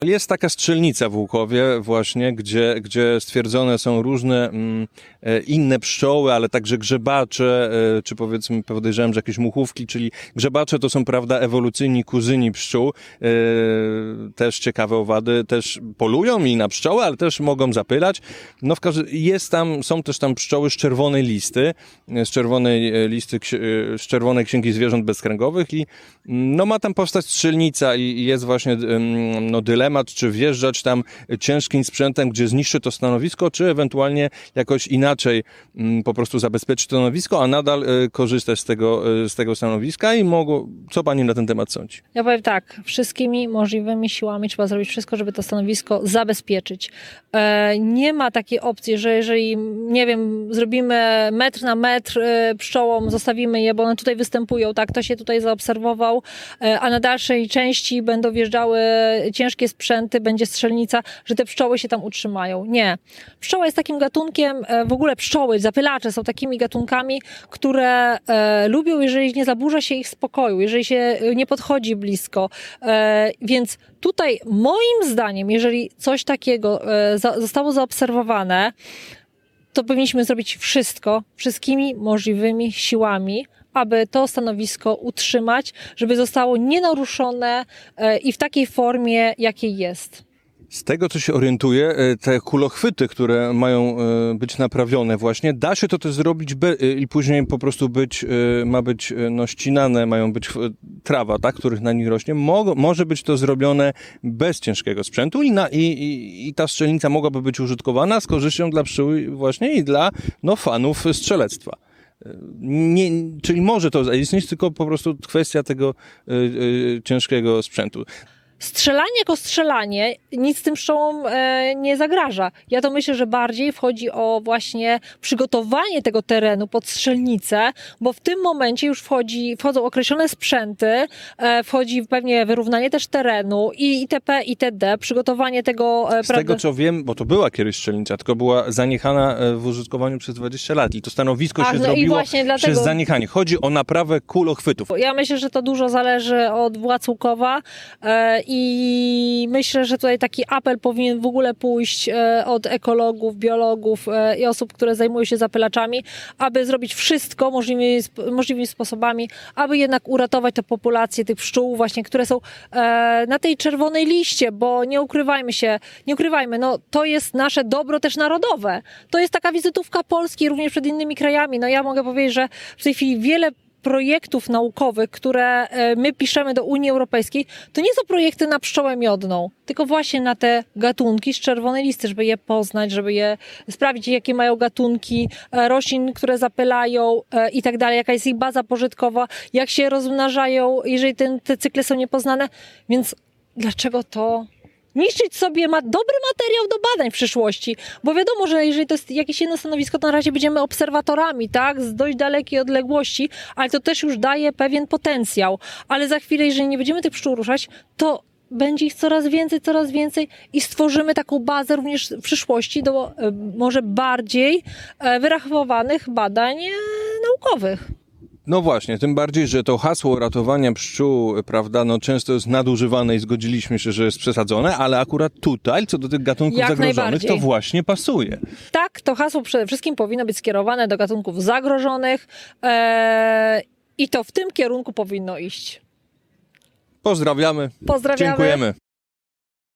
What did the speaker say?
Jest taka strzelnica w Łukowie właśnie, gdzie stwierdzone są różne inne pszczoły, ale także grzebacze, czy powiedzmy podejrzewam, że jakieś muchówki, czyli grzebacze to są, prawda, ewolucyjni kuzyni pszczół. Też ciekawe owady, też polują i na pszczoły, ale też mogą zapylać. No są też tam pszczoły z czerwonej listy, z czerwonej księgi zwierząt bezkręgowych i no ma tam powstać strzelnica i jest właśnie dylemat, czy wjeżdżać tam ciężkim sprzętem, gdzie zniszczy to stanowisko, czy ewentualnie jakoś inaczej po prostu zabezpieczyć to stanowisko, a nadal korzystać z tego stanowiska i co pani na ten temat sądzi? Ja powiem tak, wszystkimi możliwymi siłami trzeba zrobić wszystko, żeby to stanowisko zabezpieczyć. Nie ma takiej opcji, że jeżeli, nie wiem, zrobimy metr na metr pszczołom, zostawimy je, bo one tutaj występują, tak, to się tutaj zaobserwował, a na dalszej części będą wjeżdżały ciężkie sprzęty, będzie strzelnica, że te pszczoły się tam utrzymają. Nie. Pszczoła jest takim gatunkiem, w ogóle pszczoły, zapylacze są takimi gatunkami, które lubią, jeżeli nie zaburza się ich spokoju, jeżeli się nie podchodzi blisko. Więc tutaj moim zdaniem, jeżeli coś takiego zostało zaobserwowane, to powinniśmy zrobić wszystko, wszystkimi możliwymi siłami, aby to stanowisko utrzymać, żeby zostało nienaruszone i w takiej formie, jakiej jest. Z tego, co się orientuję, te kulochwyty, które mają być naprawione właśnie, da się to też zrobić i później po prostu ma być ścinane, mają być trawa, tak, których na nich rośnie. Może być to zrobione bez ciężkiego sprzętu i ta strzelnica mogłaby być użytkowana z korzyścią dla pszczół właśnie i dla fanów strzelectwa. Czyli może to istnieć, tylko po prostu kwestia tego ciężkiego sprzętu. Strzelanie jako strzelanie nic tym pszczołom nie zagraża. Ja to myślę, że bardziej wchodzi o właśnie przygotowanie tego terenu pod strzelnicę, bo w tym momencie już wchodzą określone sprzęty, wchodzi pewnie wyrównanie też terenu i itp. itd. Przygotowanie tego... Z tego co wiem, bo to była kiedyś strzelnica, tylko była zaniechana w użytkowaniu przez 20 lat i to stanowisko się zrobiło przez zaniechanie. Chodzi o naprawę kulochwytów. Ja myślę, że to dużo zależy od władz Łukowa i myślę, że tutaj taki apel powinien w ogóle pójść od ekologów, biologów i osób, które zajmują się zapylaczami, aby zrobić wszystko możliwymi sposobami, aby jednak uratować tę populację tych pszczół właśnie, które są na tej czerwonej liście, bo nie ukrywajmy, to jest nasze dobro też narodowe. To jest taka wizytówka Polski również przed innymi krajami. Ja mogę powiedzieć, że w tej chwili wiele projektów naukowych, które my piszemy do Unii Europejskiej, to nie są projekty na pszczołę miodną, tylko właśnie na te gatunki z czerwonej listy, żeby je poznać, żeby je sprawdzić, jakie mają gatunki roślin, które zapylają i tak dalej, jaka jest ich baza pożytkowa, jak się rozmnażają, jeżeli te cykle są niepoznane. Więc dlaczego to niszczyć sobie dobry materiał do badań w przyszłości, bo wiadomo, że jeżeli to jest jakieś jedno stanowisko, to na razie będziemy obserwatorami, tak, z dość dalekiej odległości, ale to też już daje pewien potencjał, ale za chwilę, jeżeli nie będziemy tych pszczół ruszać, to będzie ich coraz więcej i stworzymy taką bazę również w przyszłości do może bardziej wyrachowanych badań naukowych. No właśnie, tym bardziej, że to hasło ratowania pszczół, prawda, często jest nadużywane i zgodziliśmy się, że jest przesadzone, ale akurat tutaj, co do tych gatunków zagrożonych, to właśnie pasuje. Tak, to hasło przede wszystkim powinno być skierowane do gatunków zagrożonych i to w tym kierunku powinno iść. Pozdrawiamy. Dziękujemy.